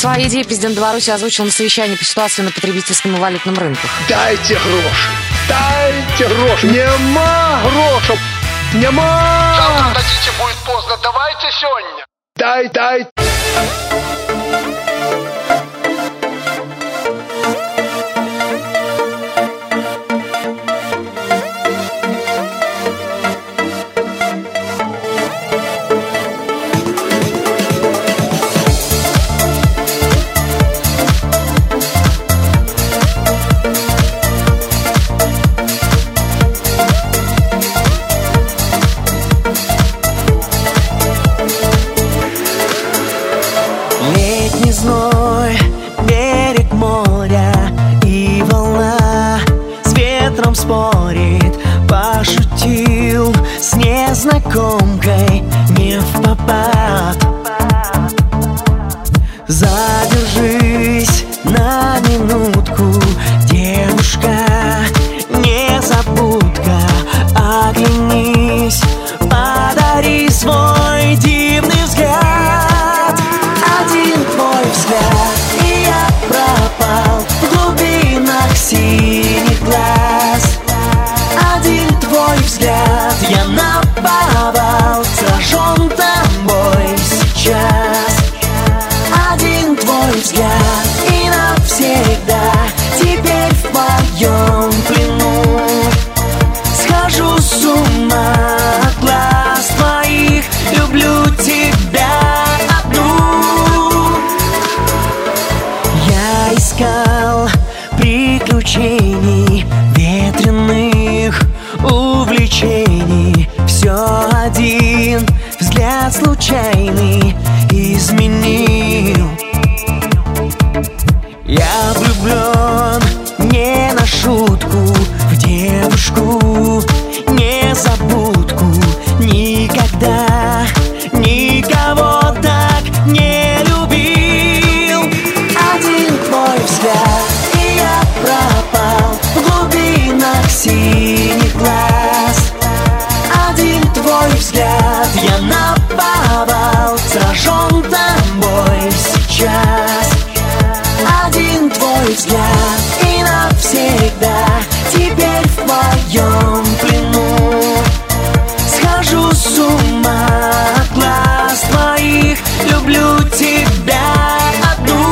Свои идеи президент Беларуси озвучил на совещании по ситуации на потребительском и валютном рынках. Дайте гроши! Дайте гроши! Нема грошей! Нема! Завтра дадите, будет поздно. Давайте сегодня. Дай! Зной, берег моря и волна с ветром спорит. Пошутил с незнакомкой не впопад. Задержись на минутку, девушка, незабудка. Оглянись, подари свой дивный взгляд. Один твой взгляд, и я пропал в глубинах синих глаз. Один твой взгляд, я наповал, сражен тобой сейчас. Один твой взгляд, и навсегда теперь в моем плену. Схожу с ума от глаз твоих, люблю тебя. Искал приключений, ветреных увлечений. Все один взгляд случайный изменил. Я влюблен не на шутку в девушку, незабудку. Никогда никого так не любил. Один твой взгляд, и я пропал в глубинах синих глаз. Один твой взгляд, я наповал, сражен тобой сейчас. Один твой взгляд, и навсегда теперь в моем плену. Схожу с ума от глаз твоих, люблю тебя одну.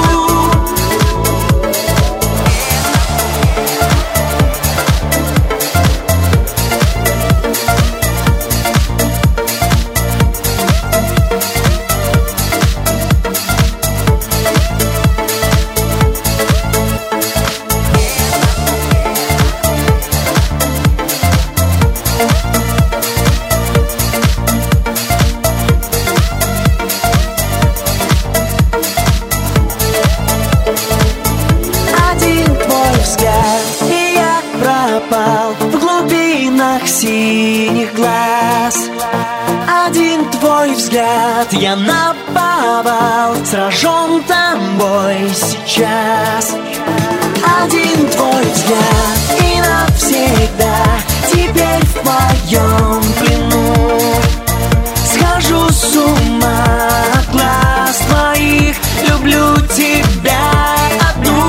В глубинах синих глаз. Один твой взгляд, я наповал, сражен тобой сейчас. Один твой взгляд, и навсегда теперь в моем плену. Схожу с ума от глаз твоих, люблю тебя одну.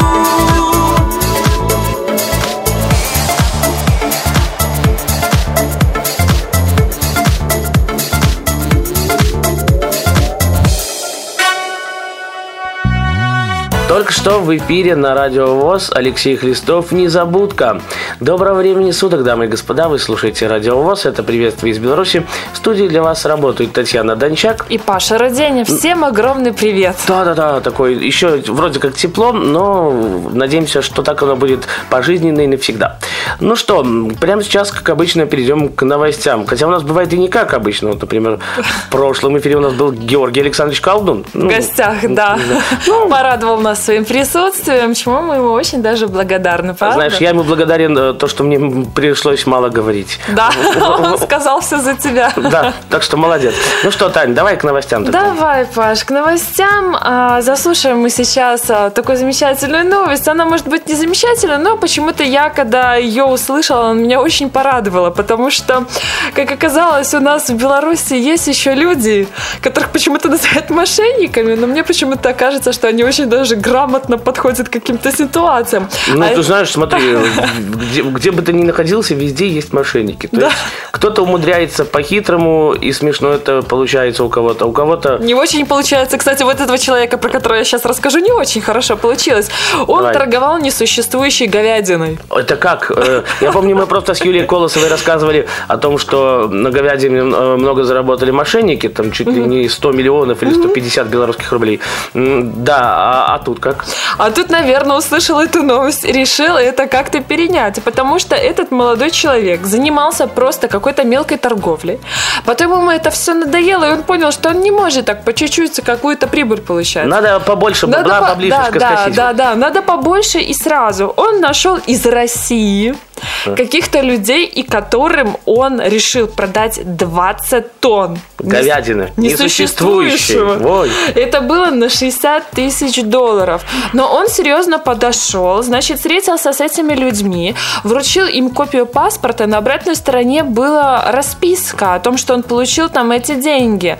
Только что в эфире на Радио ВОС Алексей Хлистов «Незабудка». Доброго времени суток, дамы и господа. Вы слушаете Радио ВОС. Это приветствие из Беларуси. В студии для вас работают Татьяна Дончак и Паша Роденев. Всем огромный привет. Да, такой еще вроде как тепло, но надеемся, что так оно будет пожизненно и навсегда. Ну что, прямо сейчас, как обычно, перейдем к новостям. Хотя у нас бывает и не как обычно. Вот, например, в прошлом эфире у нас был Георгий Александрович Колдун. В гостях, да. Порадовал нас своим присутствием, чему мы ему очень даже благодарны, правда? Знаешь, я ему благодарен то, что мне пришлось мало говорить. Да, он сказал все за тебя. Да, так что молодец. Ну что, Тань, давай к новостям. Давай, Паш, к новостям. Заслушаем мы сейчас такую замечательную новость. Она может быть не замечательная, но почему-то я, когда ее услышала, она меня очень порадовала, потому что, как оказалось, у нас в Беларуси есть еще люди, которых почему-то называют мошенниками, но мне почему-то кажется, что они очень даже грамотно подходят к каким-то ситуациям. Ну, ты знаешь, смотри, где бы ты ни находился, везде есть мошенники. То есть кто-то умудряется по-хитрому, и смешно это получается у кого-то. Не очень получается. Кстати, вот этого человека, про которого я сейчас расскажу, не очень хорошо получилось. Он торговал несуществующей говядиной. Это как? Я помню, мы просто с Юлией Колосовой рассказывали о том, что на говядине много заработали мошенники, там чуть ли не 100 миллионов или 150 белорусских рублей. Да, а тут как? А тут, наверное, услышал эту новость, решил это как-то перенять, потому что этот молодой человек занимался просто какой-то мелкой торговлей. Потом ему это все надоело, и он понял, что он не может так по чуть-чуть какую-то прибыль получать. Надо побольше, поближе скосить. Да, надо побольше и сразу. Он нашел из России каких-то людей, и которым он решил продать 20 тонн говядины несуществующего. Это было на $60 тысяч. Но он серьезно подошел, значит, встретился с этими людьми, вручил им копию паспорта, на обратной стороне была расписка о том, что он получил там эти деньги.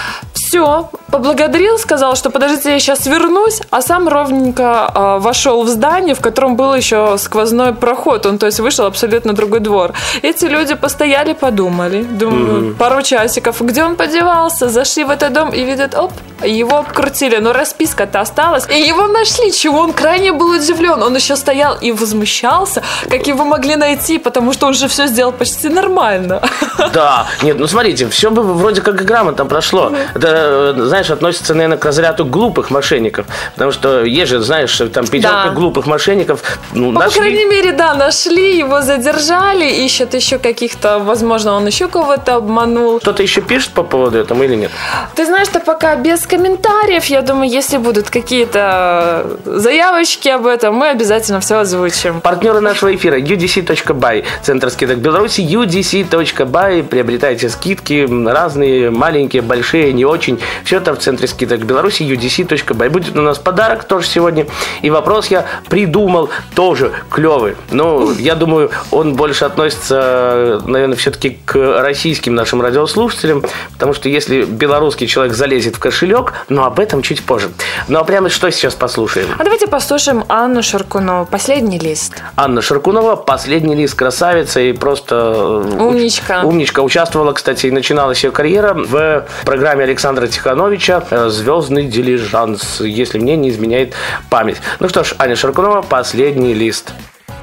Все, поблагодарил, сказал, что подождите, я сейчас вернусь, а сам ровненько вошел в здание, в котором был еще сквозной проход. Он, то есть, вышел абсолютно другой двор. Эти люди постояли, подумали, думаю, пару часиков, где он подевался, зашли в этот дом и видят, оп, его обкрутили, но расписка-то осталась, и его нашли, чего он крайне был удивлен. Он еще стоял и возмущался, как его могли найти, потому что он же все сделал почти нормально. Да, нет, ну смотрите, все бы вроде как и грамотно прошло. Это, знаешь, относится, наверное, к разряду глупых мошенников, потому что есть же, знаешь, там пятерка глупых мошенников. Ну, по крайней мере, да, нашли, его задержали, ищут еще каких-то, возможно, он еще кого-то обманул. Кто-то еще пишет по поводу этого или нет? Ты знаешь, что пока без комментариев, я думаю, если будут какие-то заявочки об этом, мы обязательно все озвучим. Партнеры нашего эфира udc.by, Центр скидок Беларуси, udc.by, приобретайте скидки разные, маленькие, большие, не очень, все это в Центре скидок Беларуси, udc.by. Будет у нас подарок тоже сегодня, и вопрос я придумал тоже клевый. Ну, я думаю, он больше относится, наверное, все-таки к российским нашим радиослушателям, потому что если белорусский человек залезет в кошелек, но об этом чуть позже. Ну, а прямо что сейчас послушаем? А давайте послушаем Анну Шаркунову «Последний лист». Анна Шаркунова «Последний лист», красавица и просто... Умничка. Умничка. Участвовала, кстати, и начиналась ее карьера в программе Александра Тихановича «Звездный дилижанс», если мне не изменяет память. Ну что ж, Аня Шаркунова «Последний лист».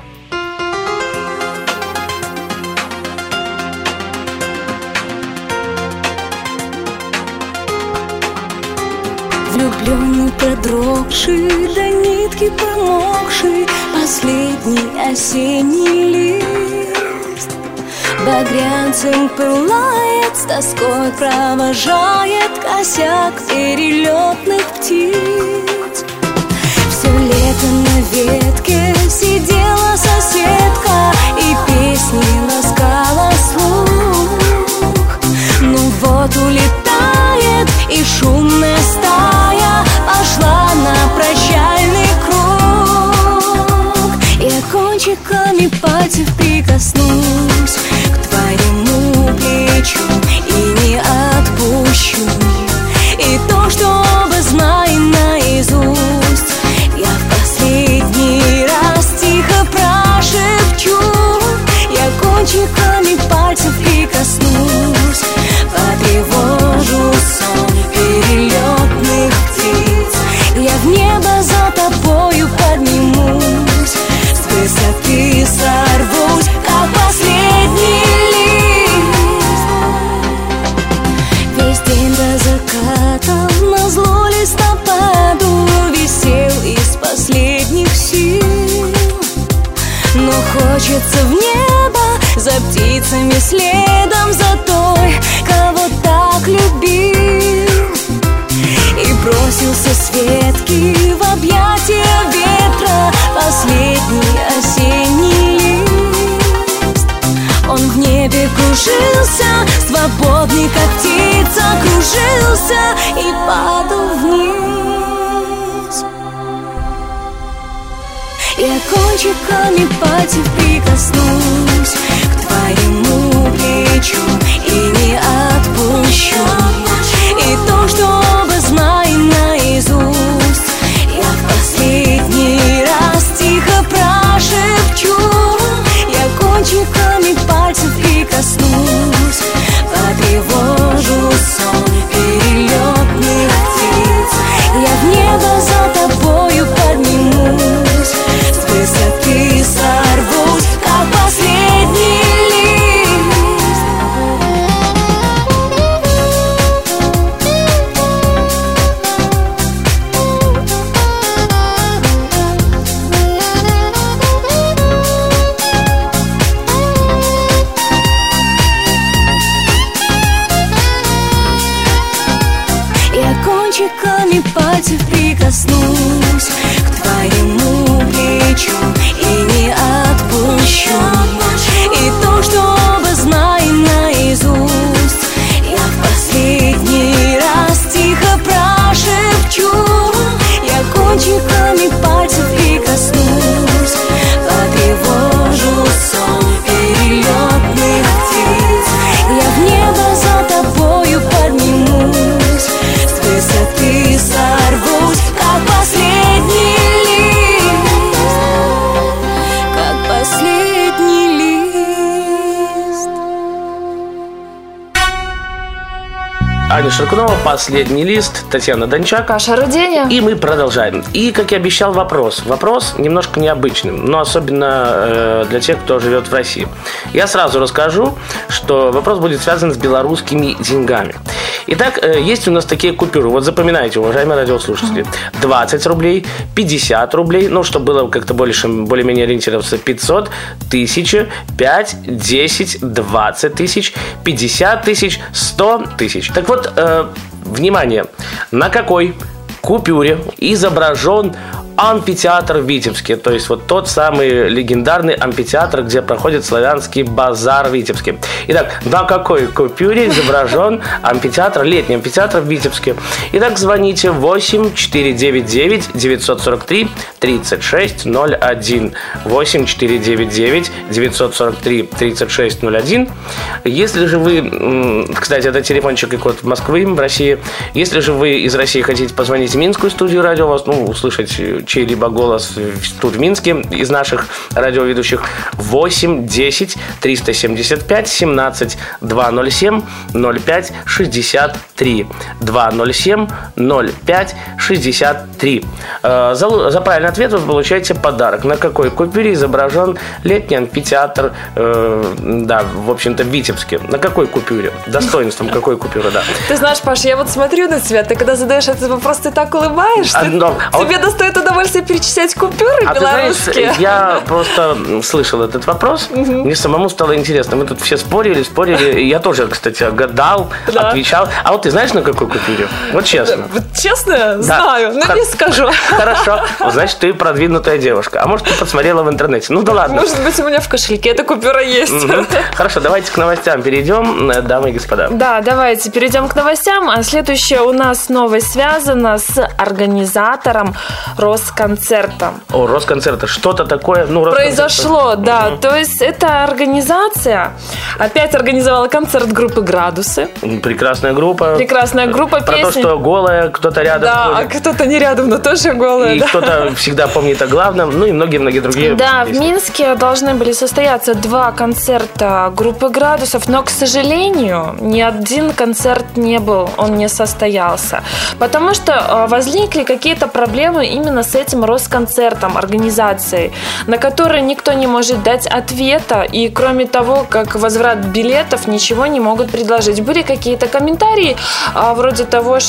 Влюбленный, продрогший, до нитки промокший, последний осенний лист багрянцем пылает, с тоской провожает косяк перелетных птиц. Все лето на ветке сидела соседка и песни ласкала слух. Ну вот улетает, и шумная стая пошла на прощальный круг. Я кончиками пальцев прикоснусь к твоему плечу и не отпущу. И то, что оба знаем наизусть, я в последний раз тихо прошепчу. Я кончиками пальцев прикоснусь, потревожу сон перелетных птиц. Я в небо за тобою поднимусь, с высоты сорвусь, как последний лист. Весь день до заката назло листопаду висел из последних сил. Но хочется в небо за птицами следом, за той, кого так любил. И бросился с ветки в объятия Я кончиками пальцев прикоснусь к твоему плечу и не отпущу. И то, что оба знаем наизусть, я в последний раз тихо прошепчу. Я кончиками пальцев прикоснусь, потревожу сон перелетных птиц. Я в небо за тобою поднимусь, с высоты сорвусь, как последний лист. Я кончиками пальцев прикоснусь к твоему плечу и не отпущу. И то, что оба знаем наизусть, я в последний раз тихо прошепчу. Я кончиками пальцев прикоснусь, потревожу сон перелетных птиц. Я в небо за тобою поднимусь, с высоты сорвусь, как последний лист, как последний лист. Аня Шаркунова, «Последний лист», Татьяна Дончак. Каша Руденя. И мы продолжаем. И, как и обещал, вопрос. Вопрос немножко необычный, но особенно для тех, кто живет в России. Я сразу расскажу, что вопрос будет связан с белорусскими деньгами. Итак, есть у нас такие купюры. Вот запоминайте, уважаемые радиослушатели. 20 рублей, 50 рублей, ну, чтобы было как-то более-менее ориентироваться, 500, 1000, 5, 10, 20 тысяч, 50 тысяч, 100 тысяч. Так вот, внимание, на какой купюре изображен амфитеатр в Витебске, то есть вот тот самый легендарный амфитеатр, где проходит славянский базар в Витебске. Итак, на какой купюре изображен амфитеатр, летний амфитеатр в Витебске? Итак, звоните 8 499 943 3601. 8 499 943 3601. Если же вы, кстати, это телефончик и код Москвы в России. Если же вы из России хотите позвонить в Минскую студию радио, вас, услышать чей-либо голос тут в Минске из наших радиоведущих, 8 10 375 17 207 05 63 207 05 63. За правильный ответ вы получаете подарок. На какой купюре изображен летний амфитеатр, да, в общем-то, в Витебске? На какой купюре? Достоинством какой купюры, да. Ты знаешь, Паш, я вот смотрю на тебя, ты когда задаешь этот вопрос, ты так улыбаешься. Тебе достоит удовольствия перечислять купюры белорусские? Ты знаешь, я просто слышал этот вопрос, мне самому стало интересно. Мы тут все спорили, я тоже, кстати, гадал, отвечал. А вот ты знаешь, на какой купюре? Вот честно. Вот честно? Знаю, но не скажу. Хорошо, значит, ты продвинутая девушка. А может, ты подсмотрела в интернете. Ну да ладно. Может быть, у меня в кошельке эта купюра есть. Хорошо, давайте к новостям перейдем, дамы и господа. Да, давайте перейдем к новостям. А следующая у нас новость связана с организатором Росконцерта. О, Росконцерта. Что-то такое, произошло, да. То есть эта организация опять организовала концерт группы «Градусы». Прекрасная группа. Про песни. То, что голая, кто-то рядом ходит. Да, кто-то не рядом, но тоже голая. И кто-то всегда помнит о главном, и многие-многие другие. Да, песни. В Минске должны были состояться 2 концерта группы «Градусов», но, к сожалению, ни один концерт он не состоялся. Потому что возникли какие-то проблемы именно с этим Росконцертом, организацией, на которые никто не может дать ответа, и кроме того, как возврат билетов, ничего не могут предложить. Были какие-то комментарии вроде того,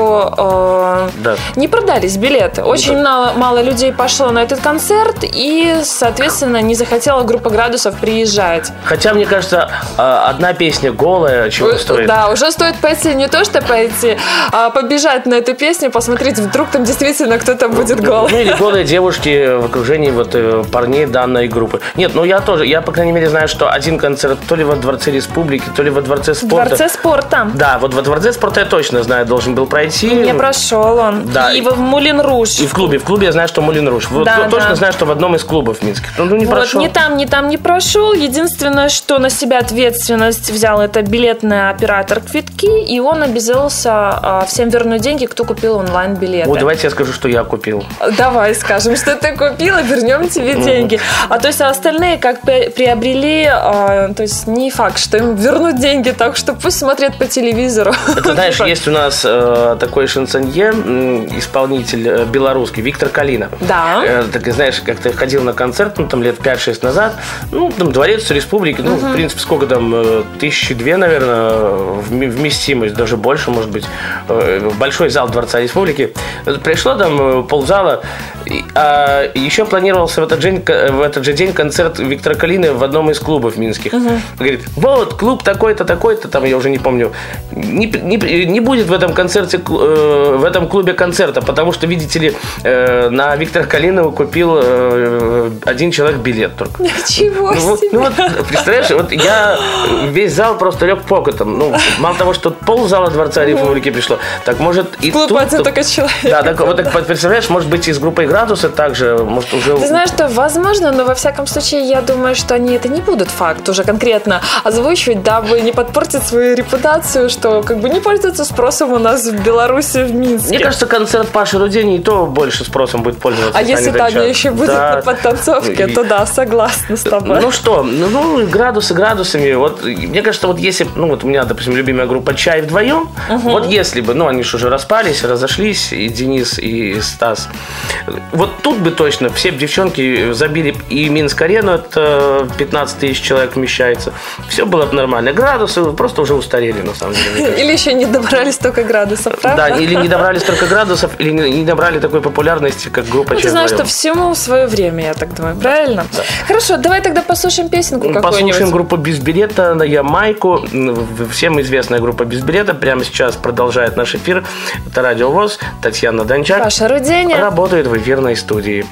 что не продались билеты. Очень мало людей пошло на этот концерт, и, соответственно, не захотела группа «Градусов» приезжать. Хотя, мне кажется, одна песня голая чего стоит. Да, уже стоит пойти, не то что пойти, а побежать на эту песню, посмотреть, вдруг там действительно кто-то будет будет голый. Ну, или голые девушки в окружении вот парней данной группы. Нет, ну я, по крайней мере, знаю, что один концерт то ли во Дворце Республики, то ли во Дворце спорта. Дворце спорта. Да, вот во Дворце спорта я точно знаю, должен был пройти. Не прошел он. Да. И в Мулин Руж. И в клубе я знаю, что Мулин Руж. Вот Да, точно знаю, что в одном из клубов минских. Ну, не Вот, прошел. ни там не прошел. Единственное, что на себя ответственность взял, это билетный оператор Квитки, и он обязался всем вернуть деньги, кто купил онлайн-билеты. О, давайте я скажу, что я купил. Давай скажем, что ты купила, вернем тебе деньги. А то есть остальные как приобрели, то есть не факт, что им вернут деньги, так что пусть смотрят по телевизору. Это, знаешь, есть у нас такой шансонье, исполнитель белорусский, Виктор Калина. Да. Так, знаешь, как-то ходил на концерт, ну, там лет 5-6 назад, ну, там Дворец Республики, ну, в принципе, сколько там, 1002, наверное, вместимость, даже больше, может быть, большой зал Дворца Республики. Пришло там ползала, а еще планировался в этот же день концерт Виктора Калины в одном из клубов минских. Говорит, вот, клуб такой-то, такой-то, там, я уже не помню, не будет в этом концерте, в этом клубе концерта, потому что, видите ли, на Виктора Калинова купил один человек билет только. Ничего себе. Ну вот, представляешь, вот я весь зал просто лег покотом. Ну, мало того, что ползала Дворца Республики пришло, так может и клуб тут... один только человек. Да, так, вот так представляешь, может быть, и с группой «Градусы» также, может, уже... Ты знаешь, что возможно, но во всяком случае, я думаю, что они это не будут факт уже конкретно озвучивать, дабы не подпортить свою репутацию, что как бы не пользуется спросом у нас в Беларуси, в Минске. Мне кажется, концерт Паши Рудени и то больше спросом будет пользоваться. А если Таня еще будет на подтанцовке, то да, согласна с тобой. Ну что, градусы градусами. Вот мне кажется, вот если, ну вот у меня, допустим, любимая группа «Чай» вдвоем, вот если бы, ну они же уже распались, разошлись, и Денис, и Стас, вот тут бы точно все девчонки забили и Минск-арену, это 15 тысяч человек вмещается, все было бы нормально. Градусы просто уже устарели, на самом деле. Или еще не добрались столько градусов, правда? Да, или не добрались столько градусов, или не набрали такой популярности, как группа «Чай» Ты знаешь, вдвоем. что всему свое время, я так думаю, правильно? Да. Хорошо, давай тогда послушаем песенку какую-нибудь. Послушаем группу «Без билета» на Ямайку. Всем известная группа «Без билета». Прямо сейчас продолжает наш эфир. Это Радио ВОС. Татьяна Дончак. Паша Руденя. Работает в эфирной студии.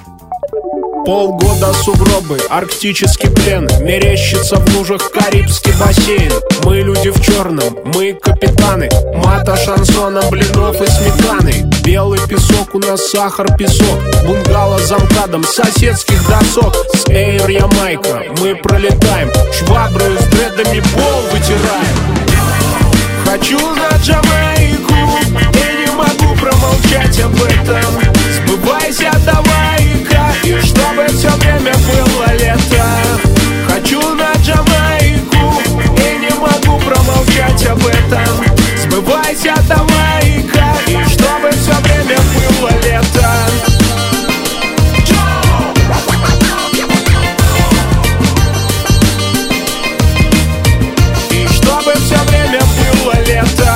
Полгода сугробы, арктический плен, мерещится в лужах Карибский бассейн. Мы люди в черном, мы капитаны, мата шансоном, блинов и сметаны. Белый песок, у нас сахар, песок, бунгало за МКАДом, соседских досок. С Эйр Ямайка мы пролетаем, швабры с дредами пол вытираем. Хочу на Джамайку, и не могу промолчать об этом. Сбывайся, давай-ка, и чтобы все время было лето. Хочу на Джамайку, и не могу промолчать об этом. Сбывайся, давай-ка, и чтобы все время было лето. И чтобы все время было лето.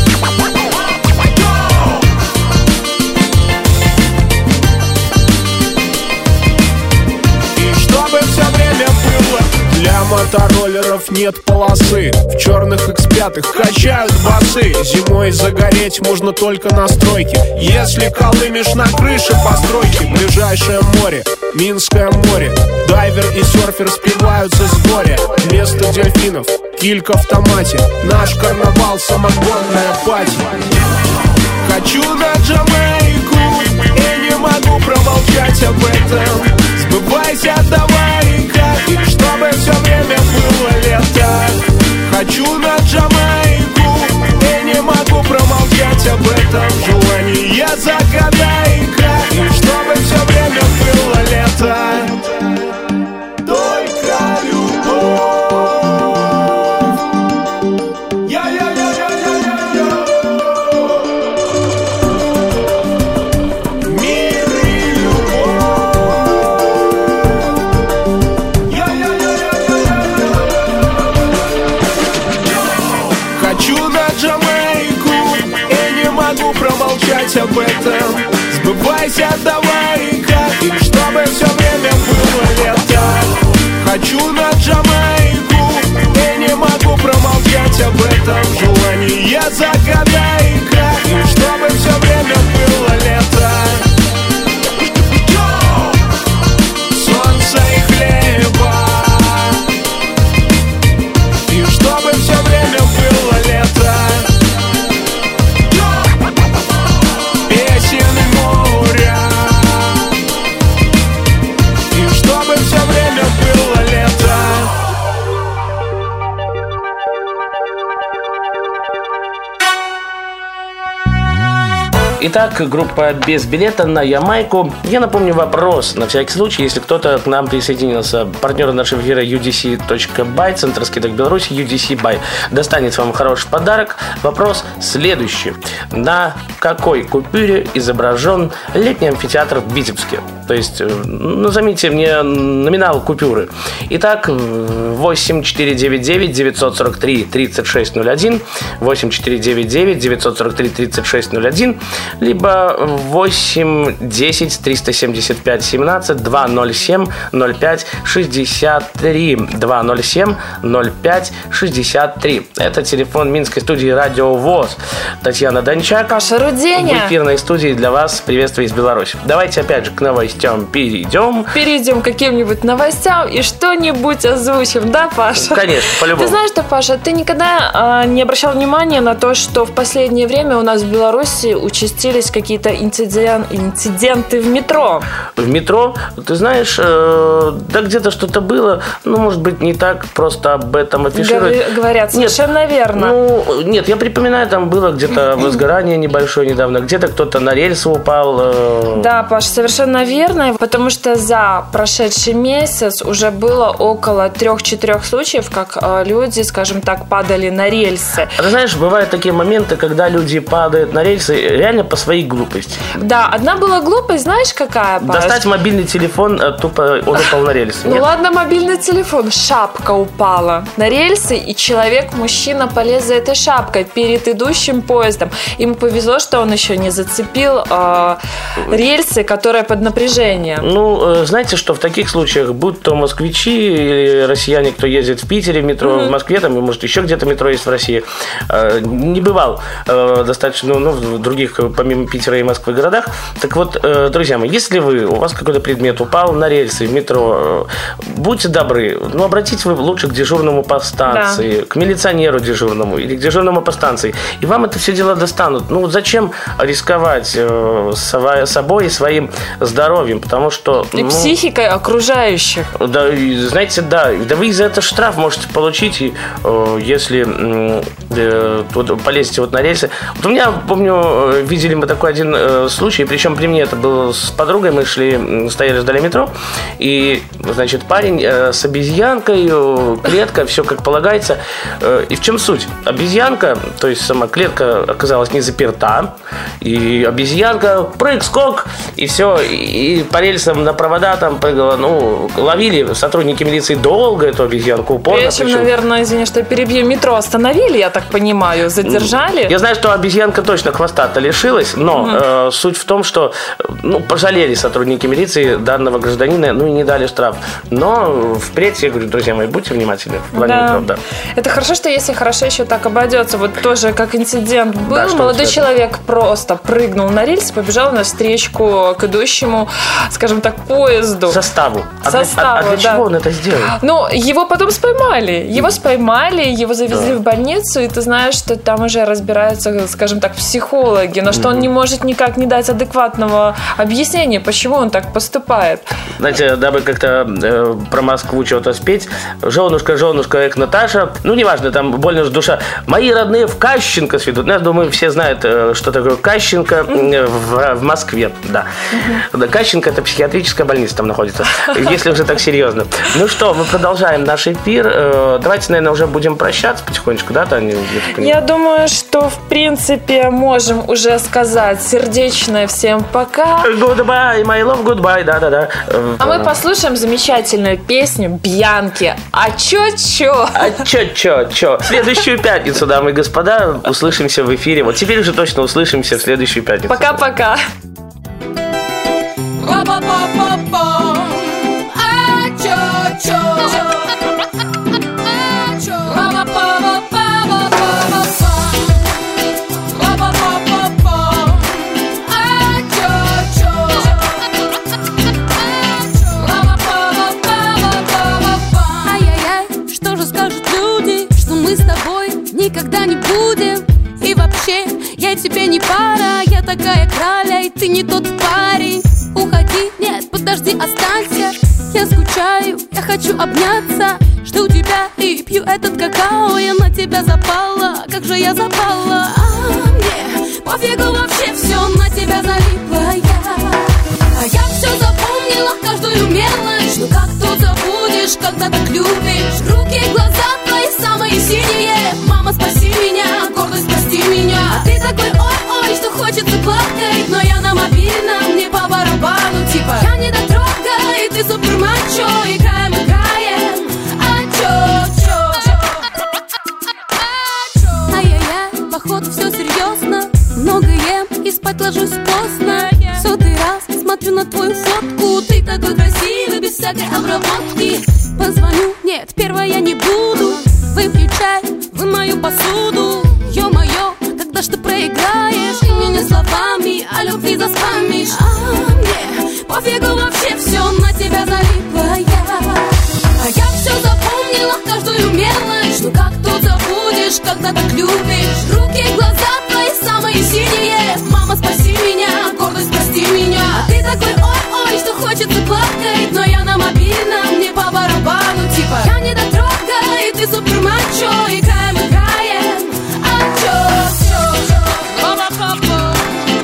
Для мотороллеров нет полосы, в черных X5 качают басы. Зимой загореть можно только на стройке, если колымешь на крыше постройки. Ближайшее море, Минское море, дайвер и серфер спиваются с горя. Вместо дельфинов килька в томате, наш карнавал самогонная пати. Хочу на Джамайку, и не могу промолчать об этом. Сбывайся, давай-ка, и чтобы все время было лето. Хочу на Джамайку, и не могу промолчать об этом. Желание загадай-ка, и чтобы все время было лето. Только любовь. Промолчать об этом. Сбывайся, давай-ка, и чтобы все время было лето. Хочу на Джамайку, и не могу промолчать об этом. Желание загадай-ка, и чтобы все время было лето. Итак, группа «Без билета» на Ямайку. Я напомню вопрос, на всякий случай, если кто-то к нам присоединился. Партнер нашего эфира UDC.by, Центр скидок Беларуси, UDC Buy. Достанет вам хороший подарок. Вопрос следующий. На какой купюре изображен летний амфитеатр в Витебске? То есть, заметьте мне номинал купюры. Итак, 8499-943-3601, 8499-943-3601, либо 810-375-17-207-05-63, 207-05-63. Это телефон Минской студии «Радио ВОС». Татьяна Дончак. Паша Руденя. В эфирной студии для вас приветствие из Беларуси. Давайте опять же к новостям перейдем. Перейдем к каким-нибудь новостям и что-нибудь озвучим, да, Паша? Конечно, по-любому. Ты знаешь что, Паша, ты никогда не обращал внимания на то, что в последнее время у нас в Беларуси участились какие-то инциденты в метро? В метро, ты знаешь, да где-то что-то было, ну, может быть, не так просто об этом афишировать. Говорят, совершенно верно. Ну, нет, я припоминаю, там было где-то возгорание небольшое недавно, где-то кто-то на рельсы упал. Да, Паш, совершенно верно, потому что за прошедший месяц уже было около 3-4 случаев, как люди, скажем так, падали на рельсы. Ты знаешь, бывают такие моменты, когда люди падают на рельсы реально по своей глупости. Да, одна была глупость, знаешь, какая, Паш? Достать мобильный телефон, тупо он упал на рельсы. Ну ладно, мобильный телефон, шапка упала на рельсы, и человек, мужчина, полез за этой шапкой перед идущим поездом. Ему повезло, что он еще не зацепил рельсы, которые под напряжением. Ну, знаете, что в таких случаях, будь то москвичи или россияне, кто ездит в Питере в метро, в Москве, там, и, может, еще где-то метро есть в России, не бывал достаточно, ну, в других, помимо Питера и Москвы, городах. Так вот, друзья мои, если у вас какой-то предмет упал на рельсы в метро, будьте добры, ну, обратитесь вы лучше к дежурному по станции, да, к милиционеру дежурному или к дежурному по станции, и вам это все дело достанут. Ну, зачем рисковать собой и своим здоровьем, потому что... И психикой окружающих. Да, знаете, да вы за это штраф можете получить, и, если полезете вот на рельсы. Вот у меня, помню, видели мы такой один случай, причем при мне это было с подругой, мы стояли, ждали метро, и, значит, парень с обезьянкой, клетка, все как полагается. И в чем суть? Обезьянка, то есть сама клетка оказалась не заперта, и обезьянка, прыг, скок, и все, и по рельсам на провода там прыгала, ну, ловили сотрудники милиции долго эту обезьянку, упорно. Причем, наверное, извини, что перебью, метро остановили, я так понимаю, задержали. Я знаю, что обезьянка точно хвоста-то лишилась, но суть в том, что, ну, пожалели сотрудники милиции данного гражданина, ну, и не дали штраф. Но впредь, я говорю, друзья мои, будьте внимательны в плане метро, да. Это хорошо, что если хорошо еще так обойдется. Вот тоже как инцидент был, да, молодой человек просто прыгнул на рельсы, побежал навстречку к идущему, скажем так, поезду. Составу. А для чего он это сделал? Ну, его потом споймали. Его завезли в больницу, и ты знаешь, что там уже разбираются, скажем так, психологи, но что он не может никак не дать адекватного объяснения, почему он так поступает. Знаете, дабы как-то про Москву чего-то спеть, женушка, эк Наташа, ну, неважно, там больно же душа. Мои родные в Кащенко сведут. Я думаю, все знают, что такое Кащенко в Москве, да. Кащенко — это психиатрическая больница там находится, если уже так серьезно. Ну что, мы продолжаем наш эфир. Давайте, наверное, уже будем прощаться потихонечку, да, Таня? Я думаю, что, в принципе, можем уже сказать сердечное всем пока. Goodbye, my love, goodbye, да-да-да. А мы послушаем замечательную песню Бьянки. А чё-чё? Следующую пятницу, дамы и господа, услышимся в эфире. Вот теперь уже точно услышимся в следующую пятницу. Пока-пока. Никогда не будем. И вообще, я тебе не пара. Я такая краля, и ты не тот парень. Уходи, нет, подожди, останься. Я скучаю, я хочу обняться. Жду тебя и пью этот какао. Я на тебя запала, как же я запала. Мне пофигу вообще все на тебя. когда так любишь. Руки, глаза твои самые синие. Мама, спаси меня, гордость, прости меня. А ты такой ой-ой, что хочется плакать. Но я на мобильном, не по барабану. Типа я не дотрога, и ты супер мачо. Играем, а чё? Ай-яй-яй, походу все серьезно. Много ем и спать ложусь поздно. Сотый раз смотрю на твою фотку. Ты такой красивый, без всякой обработки. Позвоню, нет, первая я не буду. Выпью чай, вымою посуду. Ё-моё, когда ж ты проиграешь и мне не словами, а любви заспамишь. А мне пофигу вообще, все на тебя залипла я. А я все запомнила, каждую мелочь. Ну как тут забудешь, когда так любишь? Руки, глаза твои самые синие. Мама, спаси меня, гордость, прости меня. А ты такой ой-ой, что хочется плакать. Но я на мобильном, не по барабану. Типа я не дотрога, и ты супер мачо. Играем, а чё? Ба-ба-ба-ба.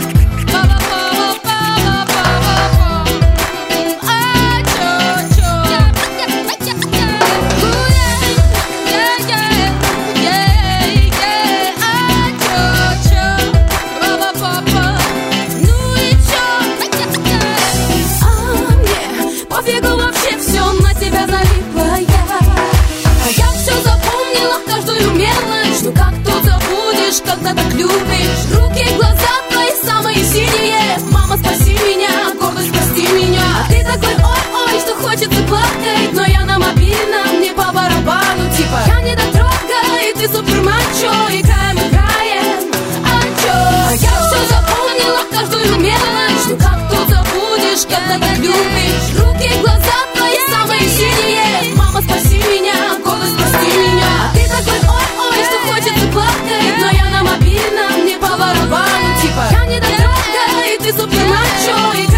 Пофигу вообще, все на тебя залипла я. А я все запомнила, каждую мелочь. Ну как тут забудешь, когда так любишь? Руки, глаза твои самые синие. Мама, спаси меня, гордость, прости меня. А ты такой ой-ой, что хочется плакать. Но я на мобильном, не по барабану. Типа я не дотрога, и ты супер мачо. Играем, а чё? А я все запомнила, каждую мелочь. Ну как тут забудешь, когда так любишь? Руки, глаза твои самые синие. Мама, спаси меня, гордость, прости меня. А ты такой ой-ой, что хочется плакать. Но я на мобильном, не по барабану. Типа я не дотрога, и ты супер мачо.